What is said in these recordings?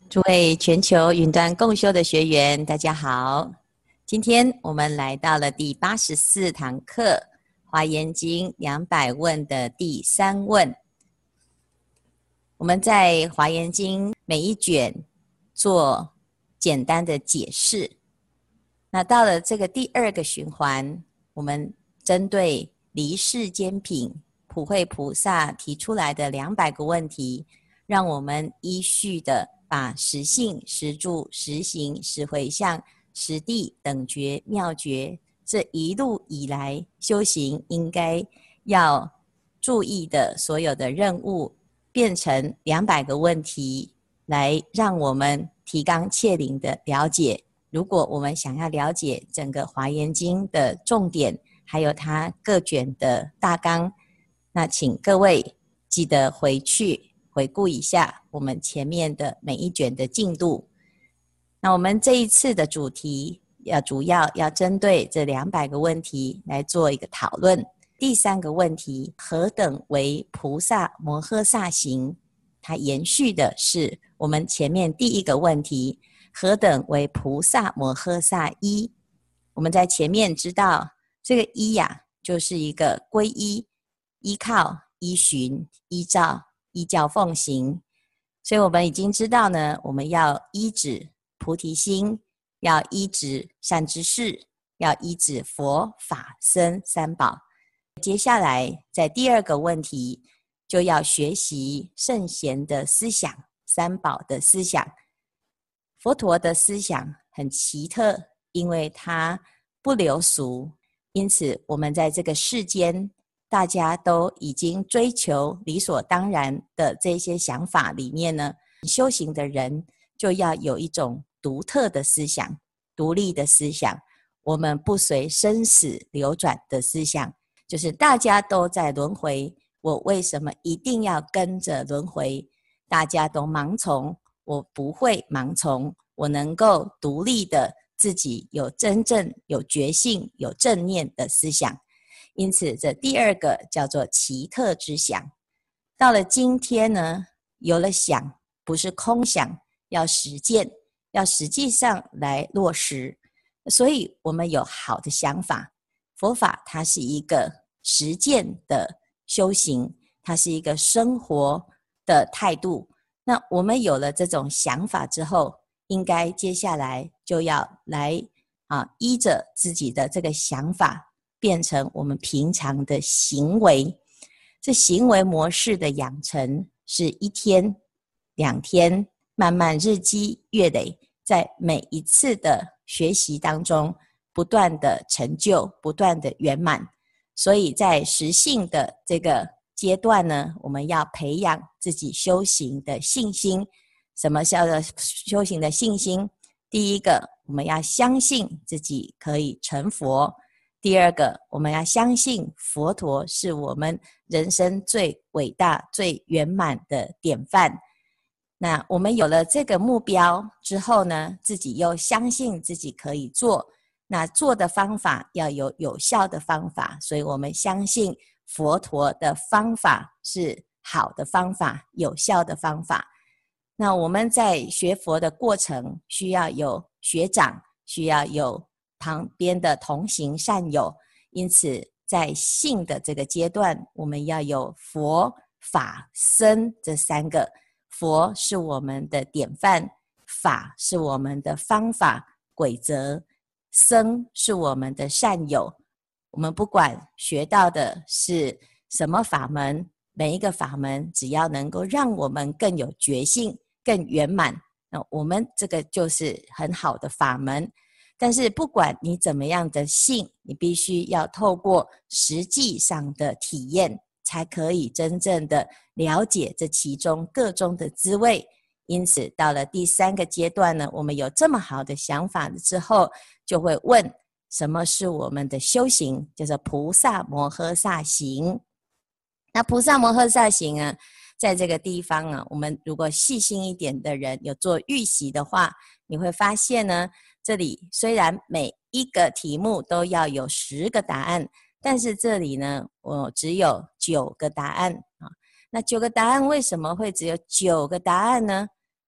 诸位全球云端共修的学员，大家好！今天我们来到了第84堂课《华严经200问》的第3问。我们在华严经每一卷做简单的解释。那到了这个第2个循环，我们针对离世间品普惠菩萨提出来的200个问题，让我们依序的把实性、实住、实行、实回向、实地、等觉、妙觉这一路以来修行应该要注意的所有的任务，变成200个问题，来让我们提纲挈领的了解。如果我们想要了解整个华严经的重点，还有它各卷的大纲，那请各位记得回去回顾一下我们前面的每一卷的进度。那我们这一次的主题主要要针对这200个问题来做一个讨论。第3个问题，何等为菩萨摩诃萨行？它延续的是我们前面第1个问题，何等为菩萨摩诃萨依？我们在前面知道这个依就是一个皈依、依靠、依循、依照、依教奉行。所以我们已经知道呢，我们要依止菩提心，要依止善知识，要依止佛法僧三宝。接下来在第2个问题，就要学习圣贤的思想，三宝的思想。佛陀的思想很奇特，因为它不流俗，因此我们在这个世间大家都已经追求理所当然的这些想法里面呢，修行的人就要有一种独特的思想，独立的思想，我们不随生死流转的思想，就是大家都在轮回，我为什么一定要跟着轮回？大家都盲从，我不会盲从，我能够独立的自己有真正有觉性有正念的思想。因此这第2个叫做奇特之想。到了今天呢，有了想，不是空想，要实践，要实际上来落实。所以我们有好的想法，佛法它是一个实践的修行，它是一个生活的态度。那我们有了这种想法之后，应该接下来就要来依着自己的这个想法变成我们平常的行为。这行为模式的养成是1天、2天，慢慢日积月累，在每一次的学习当中不断的成就，不断的圆满。所以在实性的这个阶段呢，我们要培养自己修行的信心。什么叫做修行的信心？第1个，我们要相信自己可以成佛；第2个，我们要相信佛陀是我们人生最伟大、最圆满的典范。那我们有了这个目标之后呢，自己又相信自己可以做，那做的方法要有效的方法，所以我们相信佛陀的方法是好的方法，有效的方法。那我们在学佛的过程需要有学长，需要有旁边的同行善友，因此在信的这个阶段，我们要有佛法僧这3个。佛是我们的典范，法是我们的方法规则，僧是我们的善友。我们不管学到的是什么法门，每一个法门只要能够让我们更有觉性，更圆满，那我们这个就是很好的法门。但是不管你怎么样的信，你必须要透过实际上的体验，才可以真正的了解这其中各种的滋味。因此到了第3个阶段呢，我们有这么好的想法之后，就会问什么是我们的修行，叫做菩萨摩诃萨行。那菩萨摩诃萨行啊，在这个地方啊，我们如果细心一点的人有做预习的话，你会发现呢，这里虽然每一个题目都要有10个答案，但是这里呢，我只有9个答案啊。那9个答案为什么会只有9个答案呢？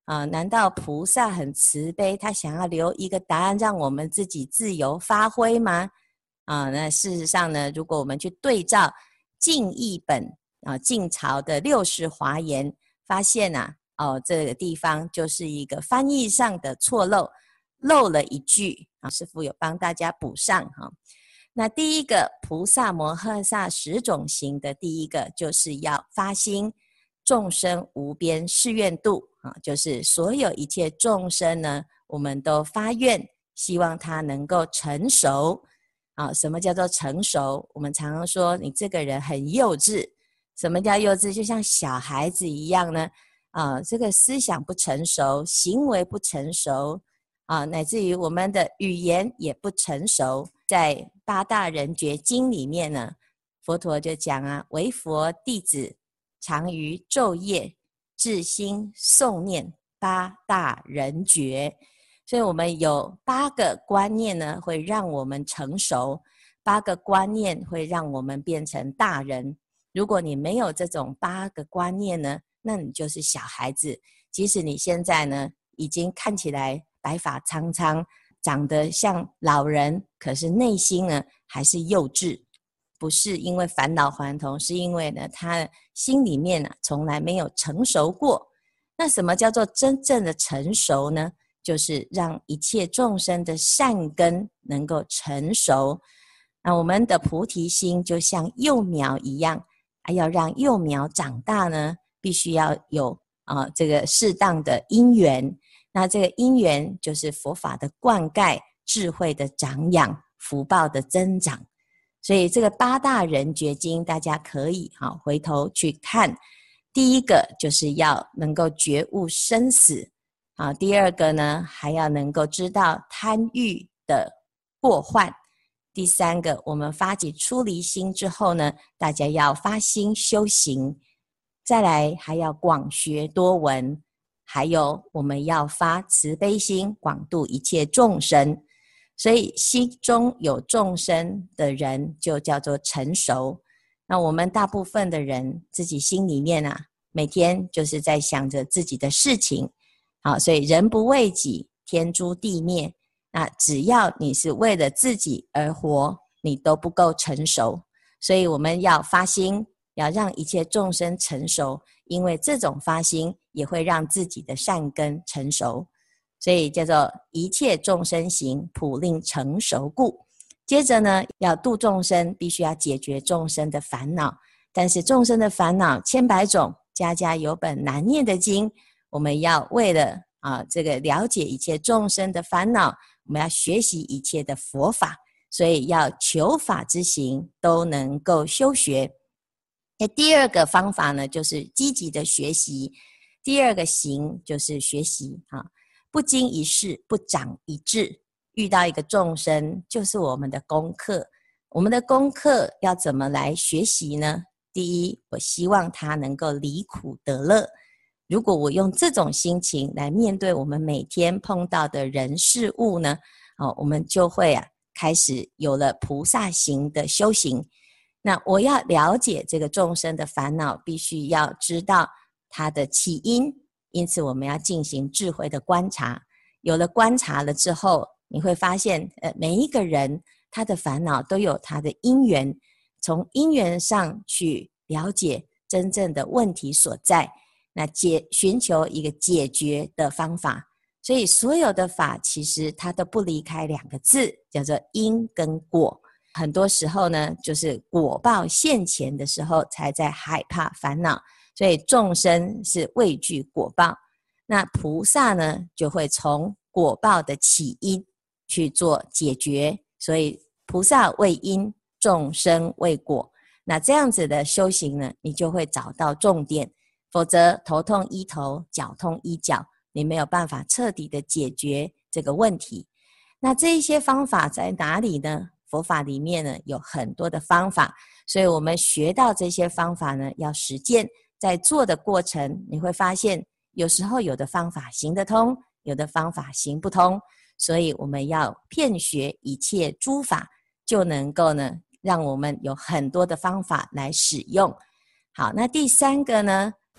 难道菩萨很慈悲，他想要留一个答案让我们自己自由发挥吗？那事实上呢，如果我们去对照晋译本晋朝的六世华严，发现这个地方就是一个翻译上的错漏了一句师父有帮大家补上那第一个菩萨摩诃萨10种行的第一个就是要发心众生无边誓愿度就是所有一切众生呢，我们都发愿希望他能够成熟什么叫做成熟？我们常常说你这个人很幼稚。什么叫幼稚？就像小孩子一样呢这个思想不成熟，行为不成熟乃至于我们的语言也不成熟。在八大人觉经里面呢，佛陀就讲为佛弟子常于昼夜至心诵念八大人觉。所以我们有8个观念呢，会让我们成熟，8个观念会让我们变成大人。如果你没有这种8个观念呢，那你就是小孩子。即使你现在呢，已经看起来白发苍苍，长得像老人，可是内心呢，还是幼稚。不是因为返老还童，是因为呢，他心里面从来没有成熟过。那什么叫做真正的成熟呢？就是让一切众生的善根能够成熟。那我们的菩提心就像幼苗一样，要让幼苗长大呢，必须要有这个适当的因缘。那这个因缘就是佛法的灌溉、智慧的长养、福报的增长。所以这个8大人觉经大家可以回头去看。第一个就是要能够觉悟生死第二个呢，还要能够知道贪欲的过患。第三个，我们发起出离心之后呢，大家要发心修行。再来还要广学多闻，还有我们要发慈悲心，广度一切众生。所以心中有众生的人就叫做成熟。那我们大部分的人自己心里面每天就是在想着自己的事情所以人不为己，天诛地灭。那只要你是为了自己而活，你都不够成熟。所以我们要发心，要让一切众生成熟，因为这种发心也会让自己的善根成熟。所以叫做一切众生行，普令成熟故。接着呢，要度众生，必须要解决众生的烦恼。但是众生的烦恼千百种，家家有本难念的经。我们要为了这个了解一切众生的烦恼，我们要学习一切的佛法，所以要求法之行都能够修学。那第二个方法呢，就是积极的学习。第二个行就是学习不经一事不长一智。遇到一个众生就是我们的功课。我们的功课要怎么来学习呢？第一，我希望他能够离苦得乐。如果我用这种心情来面对我们每天碰到的人事物呢我们就会开始有了菩萨行的修行。那我要了解这个众生的烦恼，必须要知道它的起因，因此我们要进行智慧的观察。有了观察了之后，你会发现每一个人他的烦恼都有他的因缘，从因缘上去了解真正的问题所在，那寻求一个解决的方法。所以所有的法其实它都不离开2个字，叫做因跟果。很多时候呢，就是果报现前的时候才在害怕烦恼，所以众生是畏惧果报。那菩萨呢，就会从果报的起因去做解决。所以菩萨为因，众生为果。那这样子的修行呢，你就会找到重点。否则头痛医头，脚痛医脚，你没有办法彻底的解决这个问题。那这一些方法在哪里呢？佛法里面呢有很多的方法，所以我们学到这些方法呢，要实践。在做的过程，你会发现有时候有的方法行得通，有的方法行不通，所以我们要遍学一切诸法，就能够呢让我们有很多的方法来使用。好，那第3个呢，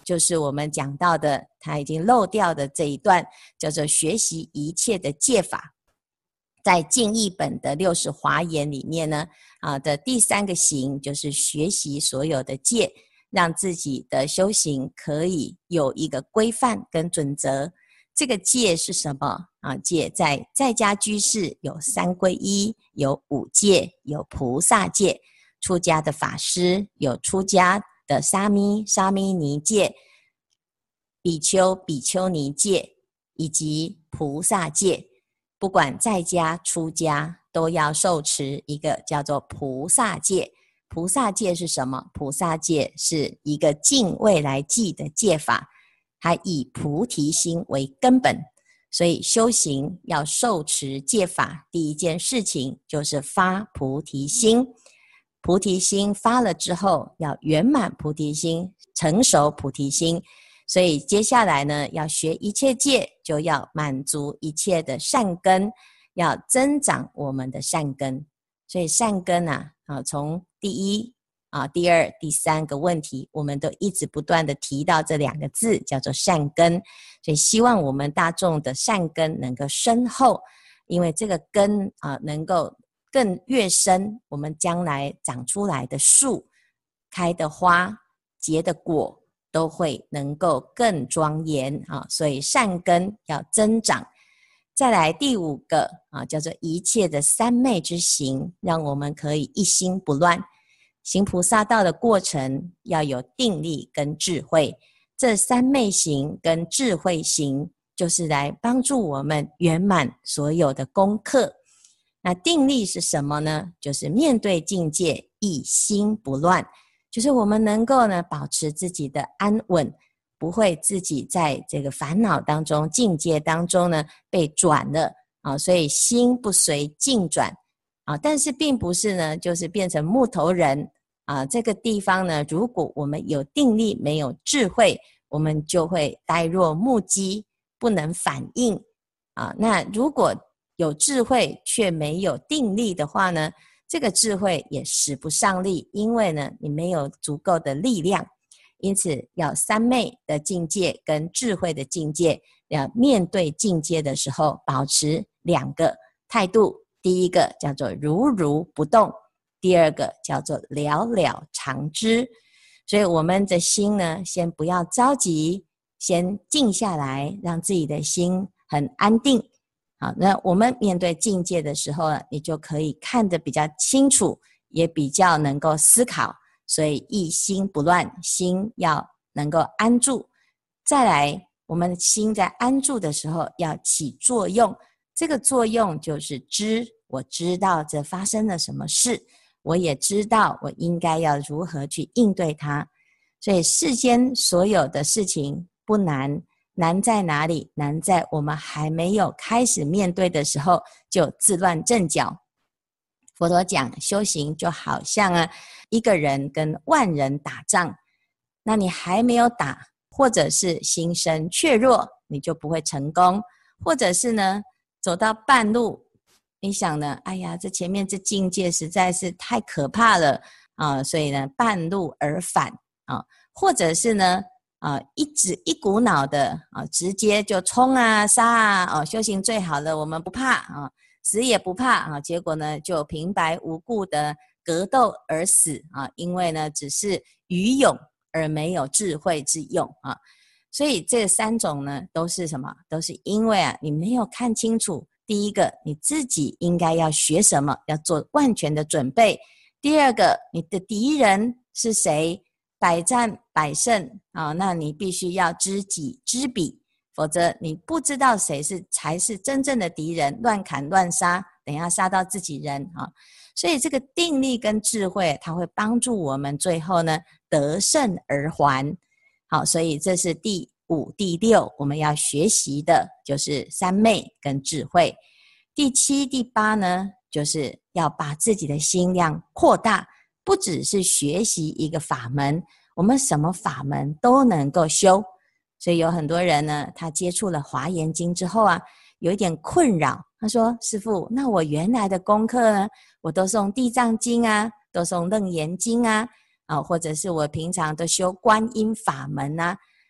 就是我们讲到的，他已经漏掉的这一段，叫做学习一切的戒法。在净译本的60华严里面呢，的第3个行就是学习所有的戒，让自己的修行可以有一个规范跟准则。这个戒是什么戒在家居士有3皈依，有5戒，有菩萨戒；出家的法师有出家的沙弥尼戒、比丘比丘尼戒以及菩萨戒。不管在家出家都要受持一个叫做菩萨戒。菩萨戒是什么？菩萨戒是一个尽未来际的戒法，它以菩提心为根本，所以修行要受持戒法，第一件事情就是发菩提心。菩提心发了之后，要圆满菩提心，成熟菩提心。所以接下来呢，要学一切戒，就要满足一切的善根，要增长我们的善根。所以善根从第1、第2、第3个问题，我们都一直不断的提到这2个字，叫做善根。所以希望我们大众的善根能够深厚，因为这个根能够更越深，我们将来长出来的树、开的花、结的果都会能够更庄严所以善根要增长。再来第5个叫做一切的三昧之行，让我们可以一心不乱。行菩萨道的过程要有定力跟智慧，这三昧行跟智慧行就是来帮助我们圆满所有的功课。那定力是什么呢？就是面对境界一心不乱，就是我们能够呢保持自己的安稳，不会自己在这个烦恼当中、境界当中呢被转了所以心不随境转但是并不是呢就是变成木头人这个地方呢，如果我们有定力没有智慧，我们就会呆若木鸡，不能反应那如果有智慧却没有定力的话呢，这个智慧也使不上力，因为呢你没有足够的力量。因此要三昧的境界跟智慧的境界，要面对境界的时候保持2个态度。第一个叫做如如不动，第2个叫做了了常知。所以我们的心呢，先不要着急，先静下来，让自己的心很安定。好，那我们面对境界的时候，你就可以看得比较清楚，也比较能够思考。所以一心不乱，心要能够安住。再来，我们心在安住的时候要起作用，这个作用就是知，我知道这发生了什么事，我也知道我应该要如何去应对它。所以世间所有的事情不难，难在哪里？难在我们还没有开始面对的时候就自乱阵脚。佛陀讲修行就好像一个人跟万人打仗，那你还没有打，或者是心生怯弱，你就不会成功。或者是呢走到半路，你想呢，哎呀，这前面这境界实在是太可怕了所以呢半路而返或者是呢一股脑的直接就冲杀修行最好了，我们不怕死也不怕结果呢就平白无故的格斗而死因为呢只是愚勇而没有智慧之勇所以这3种呢都是什么？都是因为你没有看清楚。第一个，你自己应该要学什么，要做万全的准备。第二个，你的敌人是谁？百战百胜那你必须要知己知彼，否则你不知道谁才是真正的敌人，乱砍乱杀，等一下杀到自己人所以这个定力跟智慧，它会帮助我们最后呢得胜而还。好，所以这是第5、第6我们要学习的，就是三昧跟智慧。第7、第8呢，就是要把自己的心量扩大，不只是学习一个法门，我们什么法门都能够修。所以有很多人呢，他接触了华严经之后有一点困扰，他说师父，那我原来的功课呢，我都诵地藏经都诵楞严经或者是我平常都修观音法门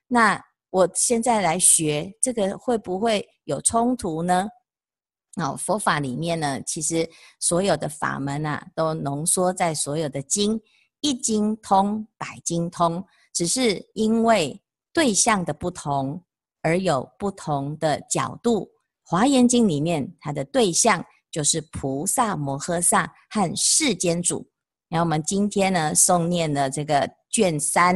那我现在来学这个会不会有冲突呢？佛法里面呢，其实所有的法门啊，都浓缩在所有的经，一经通，百经通，只是因为对象的不同而有不同的角度。华严经里面它的对象就是菩萨摩诃萨和世间主。然后我们今天呢诵念的这个卷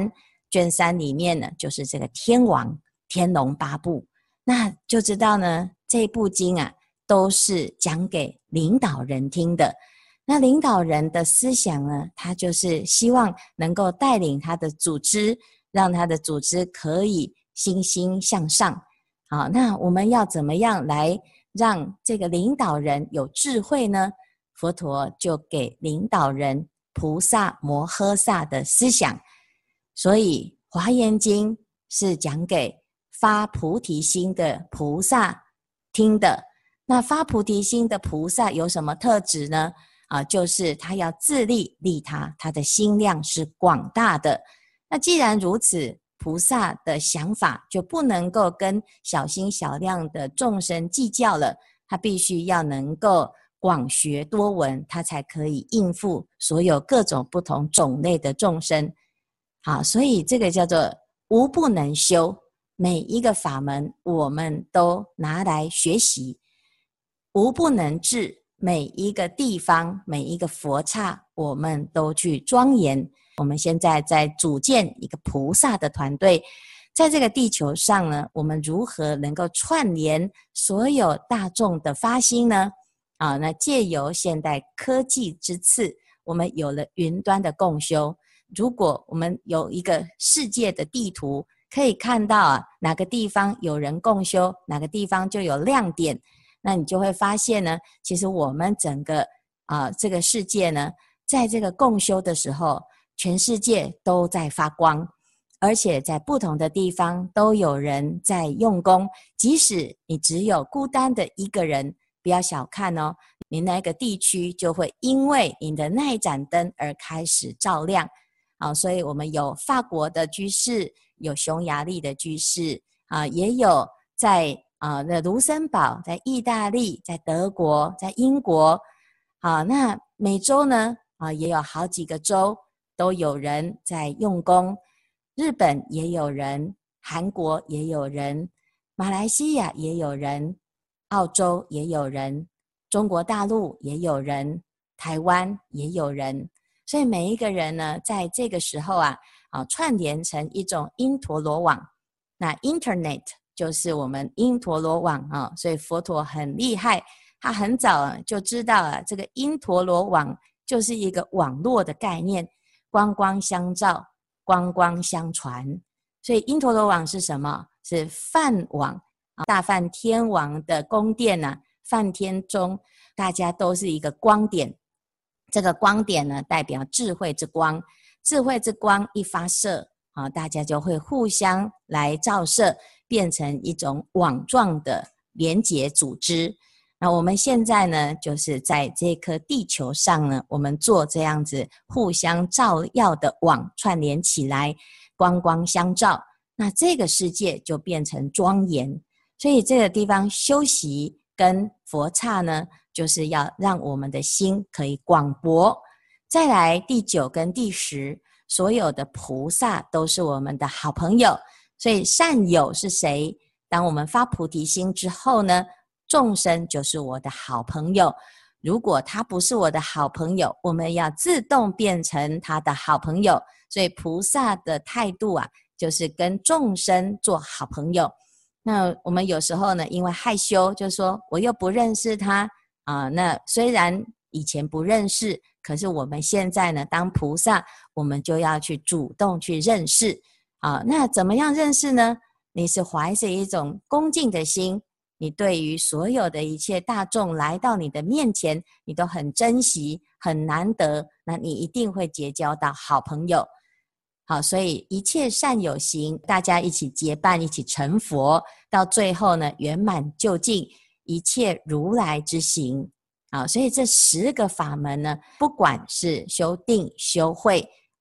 3里面呢，就是这个天王天龙八部，那就知道呢这部经啊都是讲给领导人听的。那领导人的思想呢，他就是希望能够带领他的组织，让他的组织可以欣欣向上。好，那我们要怎么样来让这个领导人有智慧呢？佛陀就给领导人菩萨摩诃萨的思想。所以华严经是讲给发菩提心的菩萨听的。那发菩提心的菩萨有什么特质呢？就是他要自利利他，他的心量是广大的。那既然如此，菩萨的想法就不能够跟小心小量的众生计较了，他必须要能够广学多闻，他才可以应付所有各种不同种类的众生。好，所以这个叫做无不能修，每一个法门我们都拿来学习。无不能治，每一个地方每一个佛刹我们都去庄严。我们现在在组建一个菩萨的团队，在这个地球上呢，我们如何能够串联所有大众的发心呢？那借由现代科技之赐，我们有了云端的共修。如果我们有一个世界的地图，可以看到哪个地方有人共修，哪个地方就有亮点，那你就会发现呢，其实我们整个这个世界呢，在这个共修的时候，全世界都在发光，而且在不同的地方都有人在用功。即使你只有孤单的一个人，不要小看哦，你那个地区就会因为你的那一盏灯而开始照亮。所以我们有法国的居士，有匈牙利的居士，也有在卢森堡，在意大利，在德国，在英国。那美洲呢也有好几个州都有人在用功，日本也有人，韩国也有人，马来西亚也有人，澳洲也有人，中国大陆也有人，台湾也有人。所以每一个人呢，在这个时候串联成一种因陀罗网。那 Internet 就是我们因陀罗网所以佛陀很厉害，他很早就知道这个因陀罗网就是一个网络的概念，光光相照，光光相传。所以因陀罗网是什么？是梵网，大梵天王的宫殿梵天中大家都是一个光点。这个光点呢，代表智慧之光，智慧之光一发射大家就会互相来照射，变成一种网状的连结组织。那我们现在呢，就是在这颗地球上呢，我们做这样子互相照耀的网串联起来，光光相照，那这个世界就变成庄严。所以这个地方修习跟佛刹呢，就是要让我们的心可以广博。再来第9跟第10，所有的菩萨都是我们的好朋友。所以善友是谁？当我们发菩提心之后呢，众生就是我的好朋友。如果他不是我的好朋友，我们要自动变成他的好朋友。所以菩萨的态度就是跟众生做好朋友。那我们有时候呢，因为害羞，就说我又不认识他那虽然以前不认识，可是我们现在呢，当菩萨，我们就要去主动去认识那怎么样认识呢？你是怀着一种恭敬的心，你对于所有的一切大众来到你的面前，你都很珍惜，很难得，那你一定会结交到好朋友。好，所以一切善有行，大家一起结伴，一起成佛，到最后呢，圆满究竟，一切如来之行。所以这10个法门呢，不管是修定、修慧，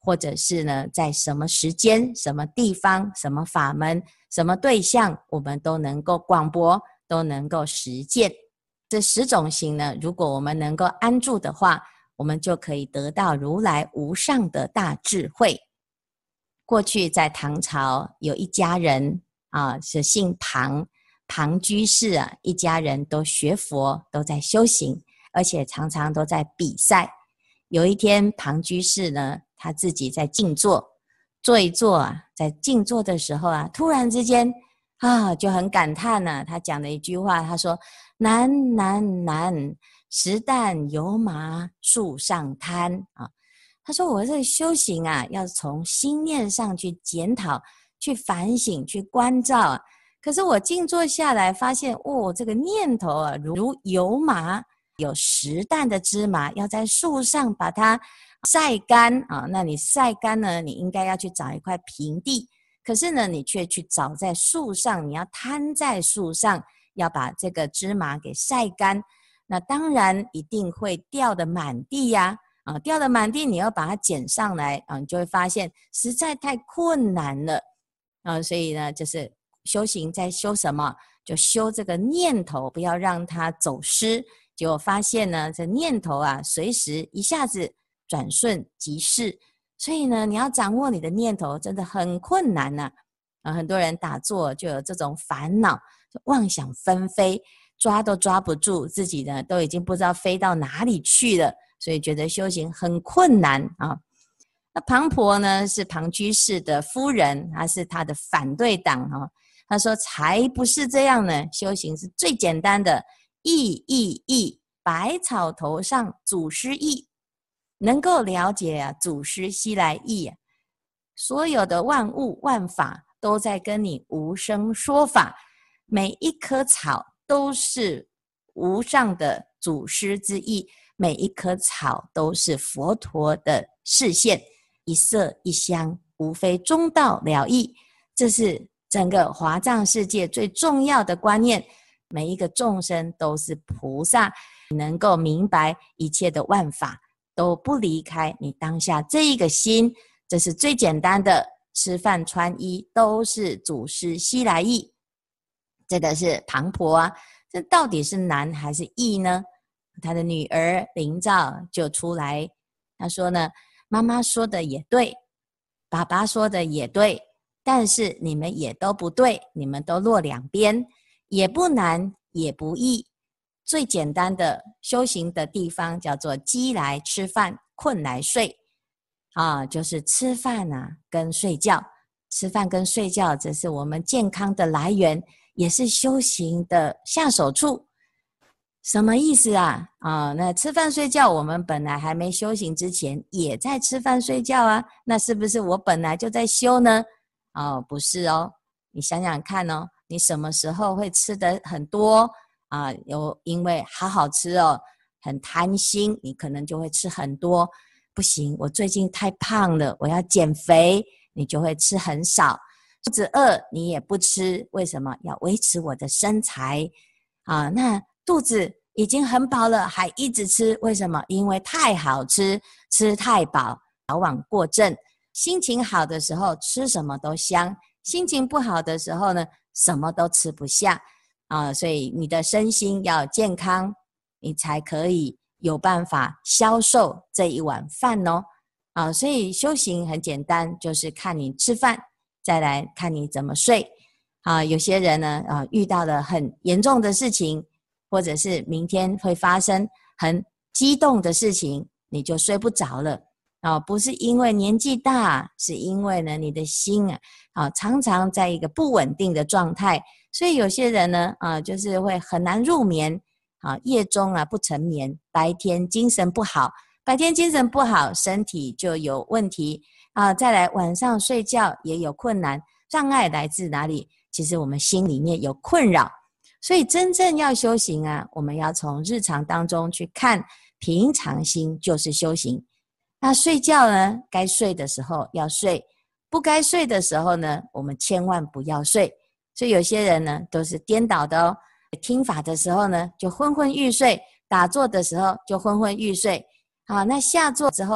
或者是呢，在什么时间、什么地方、什么法门、什么对象，我们都能够广博，都能够实践。这10种行呢，如果我们能够安住的话，我们就可以得到如来无上的大智慧。过去在唐朝有一家人是姓庞，庞居士一家人都学佛，都在修行，而且常常都在比赛。有一天庞居士呢，他自己在静坐，坐一坐在静坐的时候突然之间就很感叹他讲了一句话，他说：难难难，实但有马树上滩他说我这个修行要从心念上去检讨，去反省，去关照可是我静坐下来发现这个念头如油麻，有10担的芝麻，要在树上把它晒干那你晒干呢，你应该要去找一块平地，可是呢你却去找在树上，你要摊在树上，要把这个芝麻给晒干，那当然一定会掉得满地掉得满地，你要把它捡上来你就会发现实在太困难了所以呢就是修行在修什么，就修这个念头，不要让它走失。结果发现呢，这念头随时一下子转瞬即逝，所以呢你要掌握你的念头真的很困难很多人打坐就有这种烦恼，就妄想纷飞，抓都抓不住，自己呢都已经不知道飞到哪里去了，所以觉得修行很困难那庞婆呢是庞居士的夫人，她是他的反对党他说才不是这样呢，修行是最简单的，意，百草头上祖师意，能够了解祖师西来意所有的万物万法都在跟你无声说法，每一棵草都是无上的祖师之意，每一棵草都是佛陀的示现，一色一香，无非中道了义。这是整个华藏世界最重要的观念，每一个众生都是菩萨，能够明白一切的万法都不离开你当下这一个心，这是最简单的，吃饭穿衣都是祖师西来意。这个是庞婆这到底是难还是易呢？他的女儿灵照就出来，他说呢，妈妈说的也对，爸爸说的也对，但是你们也都不对，你们都落两边，也不难也不易，最简单的修行的地方叫做饥来吃饭，困来睡就是吃饭跟睡觉，吃饭跟睡觉这是我们健康的来源，也是修行的下手处。什么意思那吃饭睡觉，我们本来还没修行之前也在吃饭睡觉那是不是我本来就在修呢？不是你想想看你什么时候会吃得很多因为好好吃很贪心，你可能就会吃很多。不行，我最近太胖了，我要减肥，你就会吃很少。肚子饿你也不吃，为什么？要维持我的身材那肚子已经很饱了还一直吃，为什么？因为太好吃，吃太饱，矫枉过正。心情好的时候吃什么都香，心情不好的时候呢，什么都吃不下所以你的身心要健康，你才可以有办法消受这一碗饭所以修行很简单，就是看你吃饭，再来看你怎么睡有些人呢遇到了很严重的事情，或者是明天会发生很激动的事情，你就睡不着了不是因为年纪大，是因为呢你的心常常在一个不稳定的状态，所以有些人呢就是会很难入眠夜中不成眠，白天精神不好，白天精神不好，身体就有问题再来晚上睡觉也有困难，障碍来自哪里？其实我们心里面有困扰，所以真正要修行我们要从日常当中去看，平常心就是修行。那睡觉呢，该睡的时候要睡，不该睡的时候呢，我们千万不要睡。所以有些人呢都是颠倒的听法的时候呢就昏昏欲睡，打坐的时候就昏昏欲睡那下坐之后呢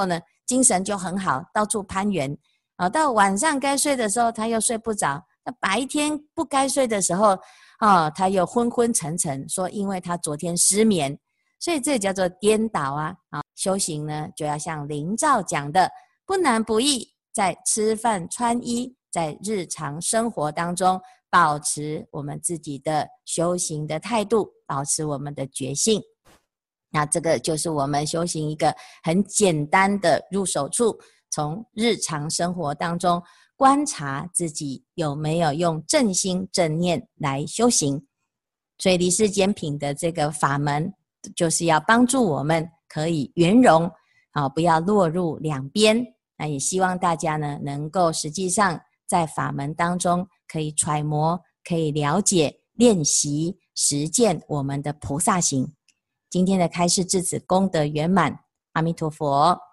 精神就很好，到处攀援啊。到晚上该睡的时候，他又睡不着；那白天不该睡的时候啊，他又昏昏沉沉，说因为他昨天失眠，所以这叫做颠倒啊。修行呢，就要像灵照讲的，不难不易，在吃饭穿衣，在日常生活当中，保持我们自己的修行的态度，保持我们的觉性。那这个就是我们修行一个很简单的入手处，从日常生活当中观察自己有没有用正心正念来修行。所以离世间品的这个法门，就是要帮助我们可以圆融，不要落入两边。那也希望大家呢，能够实际上在法门当中可以揣摩，可以了解、练习、实践我们的菩萨行。今天的开示至此功德圆满，阿弥陀佛。